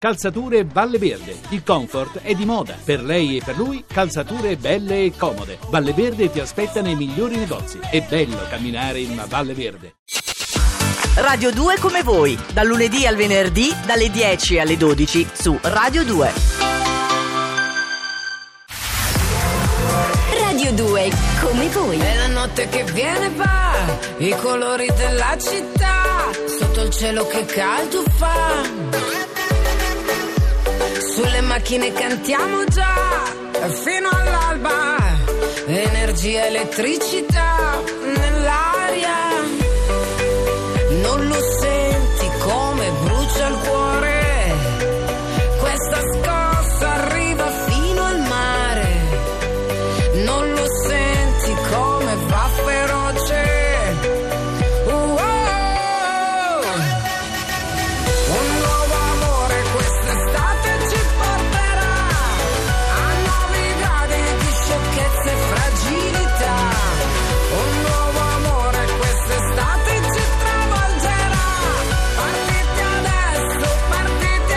Calzature Valle Verde. Il comfort è di moda. Per lei e per lui, calzature belle e comode. Valle Verde ti aspetta nei migliori negozi. È bello camminare in una Valle Verde. Radio 2 come voi, dal lunedì al venerdì, dalle 10 alle 12 su Radio 2. Radio 2 come voi. È la notte che viene va, i colori della città, sotto il cielo che caldo fa. Sulle macchine cantiamo già, fino all'alba, energia, elettricità nell'aria. Non lo senti come brucia il cuore, questa scossa arriva fino al mare. Non lo senti come va feroce. Un nuovo amore quest'estate ci porterà a nuovi gradi di sciocchezza e fragilità. Un nuovo amore quest'estate ci travolgerà. Partite adesso, partite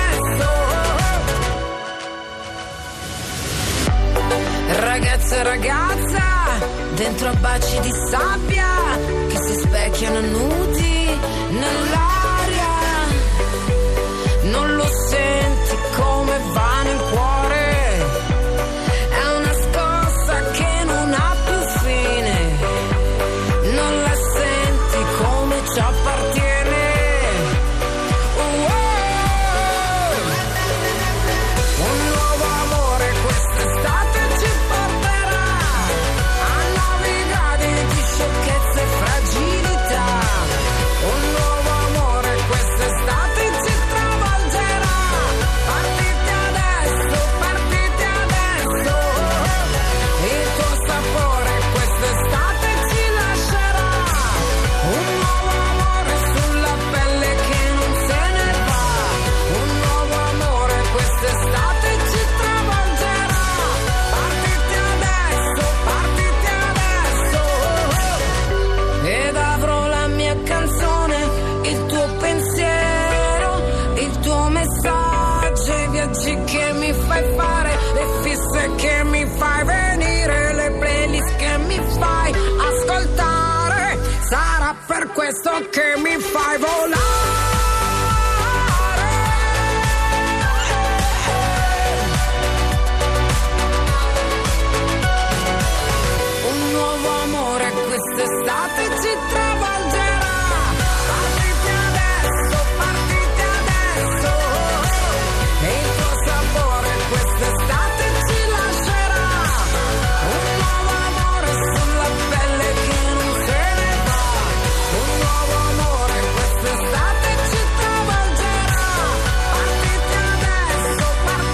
adesso. Ragazza e ragazza, dentro a baci di sabbia che si specchiano nudi nell'aria. Non lo senti come va nel cuore, è una scossa che non ha più fine. Non la senti come ci appartiene. Un nuovo amore quest'estate ci porterà a nuovi gradi di sciocchezza e fragilità. Un nuovo amore quest'estate ci travolgerà. Partite adesso, partite adesso. Il tuo sapore quest'estate ci lascerà. Un nuovo amore sulla pelle che non se ne va. Un nuovo amore quest'estate ci travolgerà. Partite adesso, partite adesso. Ed avrò la mia canzone, il tuo pensiero, il tuo messaggio, i viaggi che mi fai fare, le fisse che mi fai venire, le playlist che mi fai ascoltare. Sarà per questo che mi fai volare. Un nuovo amore quest'estate ci travolgerà. Partite adesso, partite adesso. E il tuo sapore quest'estate ci lascerà. Un nuovo amore sulla pelle che non se ne va. Un nuovo amore quest'estate ci travolgerà. Partite adesso,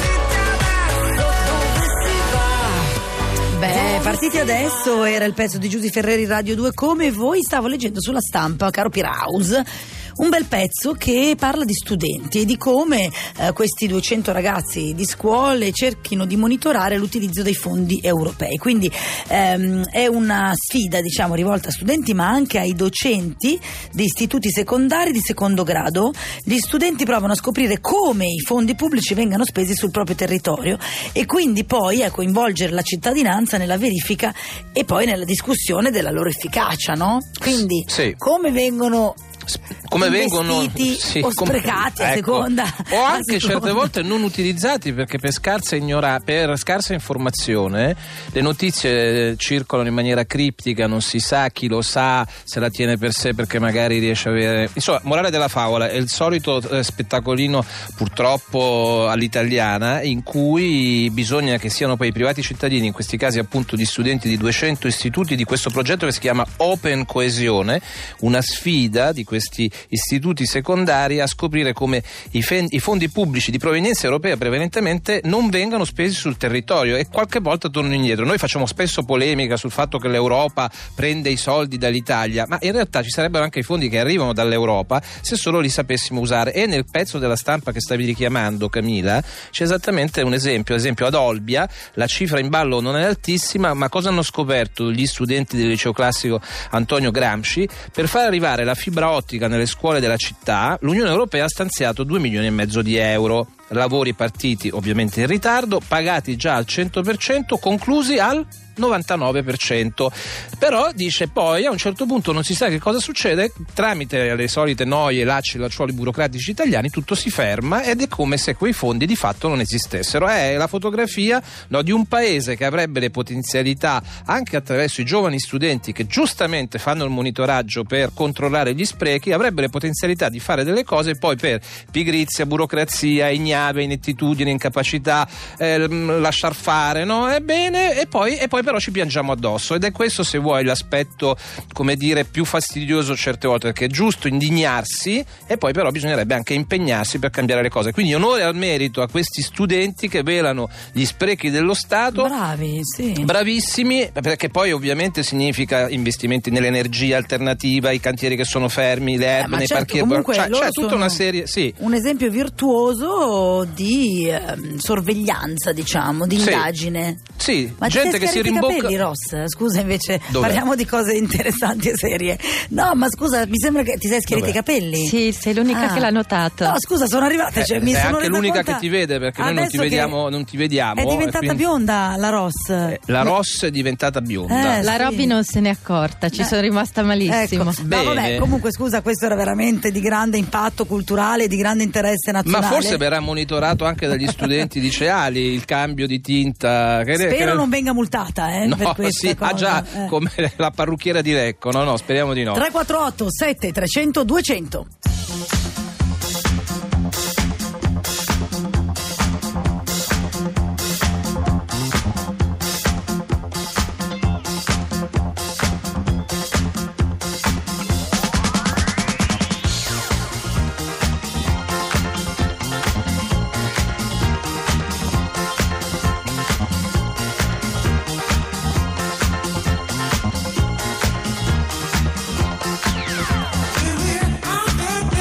dove si va? Beh, partiti adesso era il pezzo di Giusy Ferreri, Radio 2 come voi. Stavo leggendo sulla stampa, caro Piraus, un bel pezzo che parla di studenti e di come questi 200 ragazzi di scuole cerchino di monitorare l'utilizzo dei fondi europei. Quindi è una sfida, diciamo, rivolta a studenti ma anche ai docenti di istituti secondari di secondo grado. Gli studenti provano a scoprire come i fondi pubblici vengano spesi sul proprio territorio e quindi poi a coinvolgere la cittadinanza nella verifica e poi nella discussione della loro efficacia, no? Quindi sì. Come vengono investiti o sprecati a seconda, o anche certe volte non utilizzati perché per scarsa informazione le notizie circolano in maniera criptica, non si sa chi lo sa, se la tiene per sé perché magari riesce a avere, insomma, morale della favola è il solito spettacolino purtroppo all'italiana in cui bisogna che siano poi i privati cittadini, in questi casi appunto di studenti di 200 istituti, di questo progetto che si chiama Open Coesione, una sfida di questi istituti secondari a scoprire come i fondi pubblici di provenienza europea prevalentemente non vengano spesi sul territorio e qualche volta tornano indietro. Noi facciamo spesso polemica sul fatto che l'Europa prende i soldi dall'Italia, ma in realtà ci sarebbero anche i fondi che arrivano dall'Europa se solo li sapessimo usare. E nel pezzo della stampa che stavi richiamando, Camilla, c'è esattamente un esempio ad Olbia. La cifra in ballo non è altissima, ma cosa hanno scoperto gli studenti del liceo classico Antonio Gramsci? Per far arrivare la fibra robotica nelle scuole della città, l'Unione Europea ha stanziato 2,5 milioni di euro. Lavori partiti ovviamente in ritardo, pagati già al 100%, conclusi al 99%. Però dice poi a un certo punto non si sa che cosa succede, tramite le solite noie, lacci e lacciuoli burocratici italiani tutto si ferma ed è come se quei fondi di fatto non esistessero. È la fotografia di un paese che avrebbe le potenzialità anche attraverso i giovani studenti che giustamente fanno il monitoraggio per controllare gli sprechi, avrebbe le potenzialità di fare delle cose, poi per pigrizia, burocrazia, ignavia, inettitudine, incapacità, lasciar fare, no? Ebbene, e poi però ci piangiamo addosso, ed è questo, se vuoi, l'aspetto, come dire, più fastidioso certe volte, perché è giusto indignarsi e poi però bisognerebbe anche impegnarsi per cambiare le cose. Quindi onore al merito a questi studenti che velano gli sprechi dello Stato. Bravi, sì. Bravissimi, perché poi ovviamente significa investimenti nell'energia alternativa, i cantieri che sono fermi, le erbe nei certo, parchi, c'è tutta una serie, sì. Un esempio virtuoso di sorveglianza, diciamo, di indagine. Sì, ma gente che si i rimbocca. capelli, Ross? Scusa, invece Dov'è? parliamo di cose interessanti e serie. No, ma scusa, mi sembra che ti sei schiariti i capelli. Sì, sei l'unica che l'ha notato. No, scusa, sono arrivata. Cioè, mi è sono anche resa l'unica conta che ti vede, perché noi non ti vediamo. È diventata quindi bionda la Ross. la Ross è diventata bionda. La sì. Robby non se n'è accorta, ci sono rimasta malissimo. Ecco. No, vabbè, comunque scusa, questo era veramente di grande impatto culturale, di grande interesse nazionale. Ma forse verrà monitorato anche dagli studenti liceali il cambio di tinta. Spero non venga multata no, per questa sì, cosa. già, come la parrucchiera di Lecco. No, speriamo di no. 348 7 300 200. Baby, I'm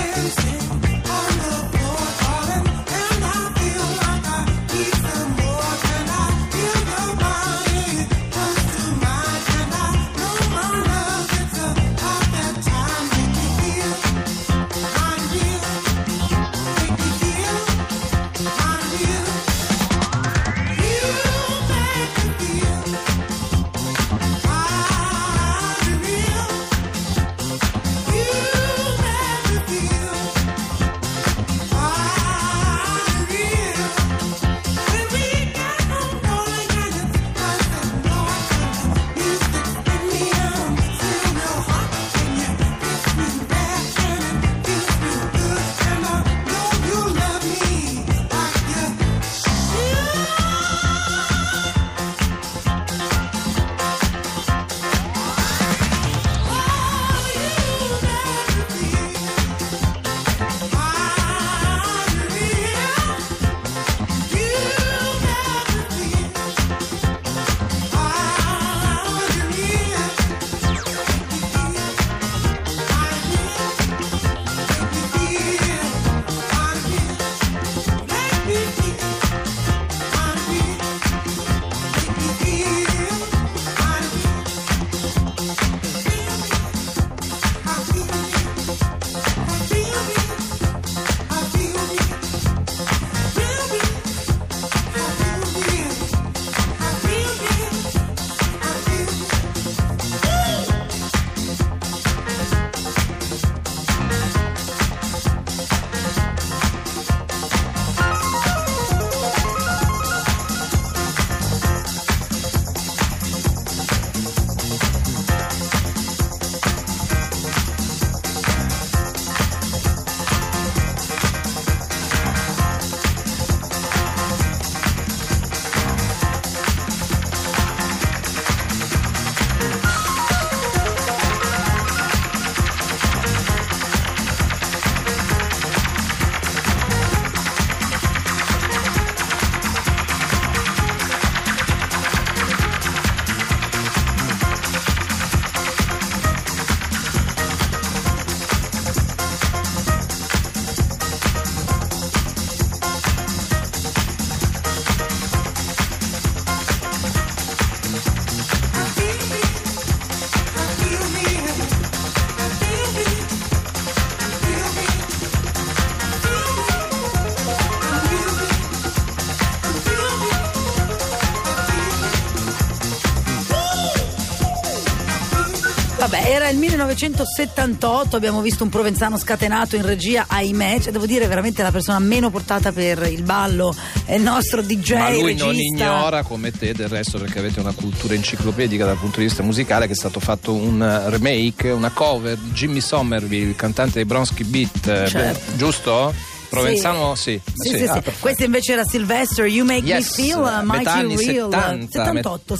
Vabbè, era il 1978, abbiamo visto un Provenzano scatenato in regia, ahimè, cioè, devo dire veramente la persona meno portata per il ballo è il nostro DJ, ma lui regista. non ignora come te del resto, perché avete una cultura enciclopedica dal punto di vista musicale, che è stato fatto un remake, una cover di Jimmy Somerville, il cantante dei Bronski Beat, Certo. giusto? Provenzano, sì. Sì. Questo invece era Sylvester, You Make Me Feel metà anni Mighty Real. 78.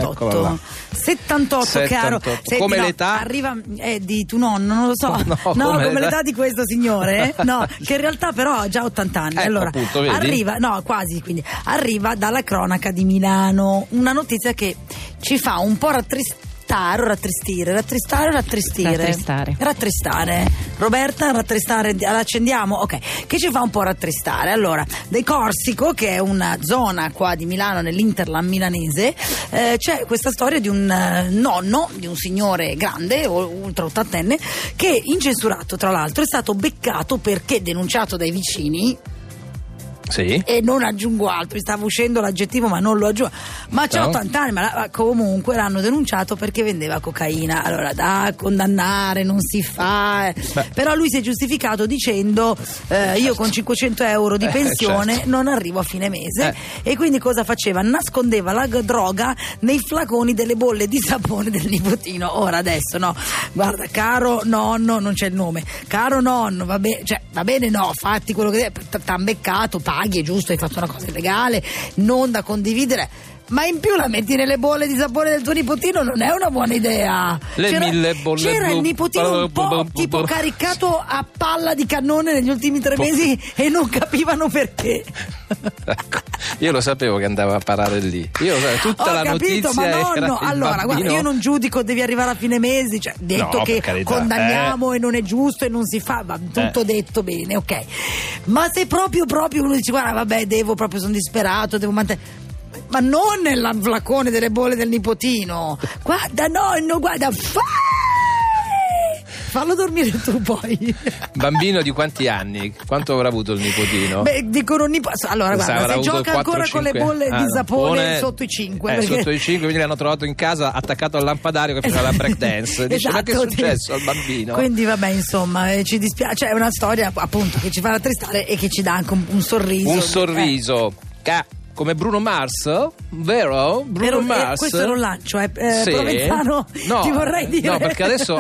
78, caro. Senti, come no, l'età? Arriva di tuo nonno, non lo so. No, come l'età di questo signore, no, che in realtà però ha già 80 anni. Ecco, allora, appunto, vedi? arriva, no, quasi, quindi arriva dalla cronaca di Milano, una notizia che ci fa un po' rattristare. Rattristare. Roberta, rattristare, l'accendiamo? Ok, che ci fa un po' rattristare. Allora, De Corsico, che è una zona qua di Milano, nell'Interland milanese, c'è questa storia di un nonno, di un signore grande, ultra ottantenne, che incensurato tra l'altro è stato beccato perché denunciato dai vicini. Sì. E non aggiungo altro, mi stava uscendo l'aggettivo ma non lo aggiungo, ma c'ha 80 anni, ma comunque l'hanno denunciato perché vendeva cocaina. Allora, da condannare non si fa, però lui si è giustificato dicendo io con 500 euro di pensione non arrivo a fine mese, e quindi cosa faceva? Nascondeva la droga nei flaconi delle bolle di sapone del nipotino. Ora adesso no, guarda, caro nonno, non c'è il nome, caro nonno, va bene, no, fatti quello che t'han beccato, paghi, è giusto, hai fatto una cosa illegale, non da condividere, ma in più la metti nelle bolle di sapone del tuo nipotino, non è una buona idea. Mille bolle c'era blu, il nipotino un po' tipo caricato a palla di cannone negli ultimi 3 mesi e non capivano perché. Ecco, io lo sapevo che andava a parare lì. Tutta la capito, notizia ma nonno, allora bambino. guarda, io non giudico, devi arrivare a fine mese, cioè detto che condanniamo e non è giusto e non si fa, va tutto detto bene, ok. Ma se proprio uno dice guarda, vabbè, sono disperato, devo mantenere, ma non nel flacone delle bolle del nipotino. Guarda nonno, guarda, fallo dormire tu poi. Bambino di quanti anni? Quanto avrà avuto il nipotino? Beh, dicono allora guarda, se gioca ancora con le bolle di sapone sotto i 5 perché... sotto i 5, quindi l'hanno trovato in casa attaccato al lampadario che faceva la break dance. Dice, ma che è successo al bambino? Quindi vabbè, insomma, ci dispiace, cioè è una storia appunto che ci fa rattristare e che ci dà anche un sorriso. Come Bruno Mars, vero? Bruno Mars. Questo era un lancio, sì. Provenzano, no, ti vorrei dire. No, perché adesso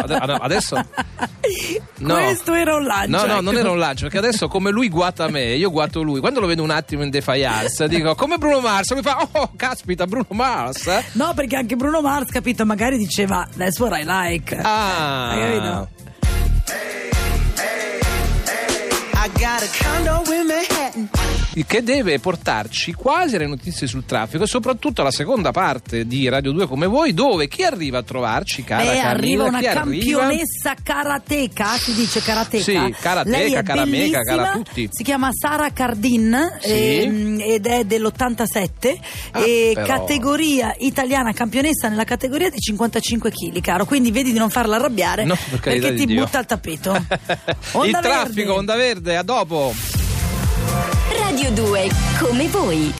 no. Questo era un lancio. No, non era un lancio, perché adesso come lui guata me, io guato lui. Quando lo vedo un attimo in defiance, dico come Bruno Mars, lui fa oh, caspita, Bruno Mars. No, perché anche Bruno Mars, capito, magari diceva that's what I like. Hai capito? I got a condo in Manhattan. Che deve portarci quasi alle notizie sul traffico e soprattutto alla seconda parte di Radio 2 come voi, dove chi arriva a trovarci, cara Camilla? Arriva una campionessa karateca, si dice karateca? Sì, karateca, karameka, cara tutti. Si chiama Sara Cardin, ed è dell'87 e categoria italiana, campionessa nella categoria di 55 kg, caro, quindi vedi di non farla arrabbiare, no, perché ti butta al tappeto. Il traffico, Onda Verde, a dopo. Radio 2, come voi.